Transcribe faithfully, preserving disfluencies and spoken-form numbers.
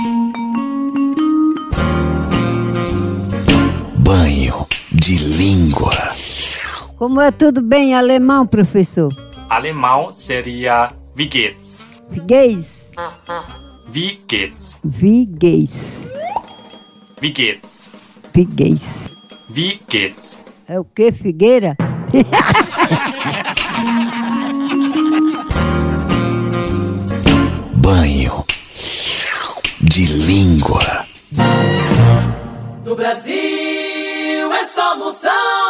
Banho de língua. Como é tudo bem em alemão, professor? Alemão seria Wie geht's? Figuês. Wie geht's? Viguês. Wie geht's? Figuês. Wie geht's? É o que, figueira? Banho de língua. No Brasil é só moção.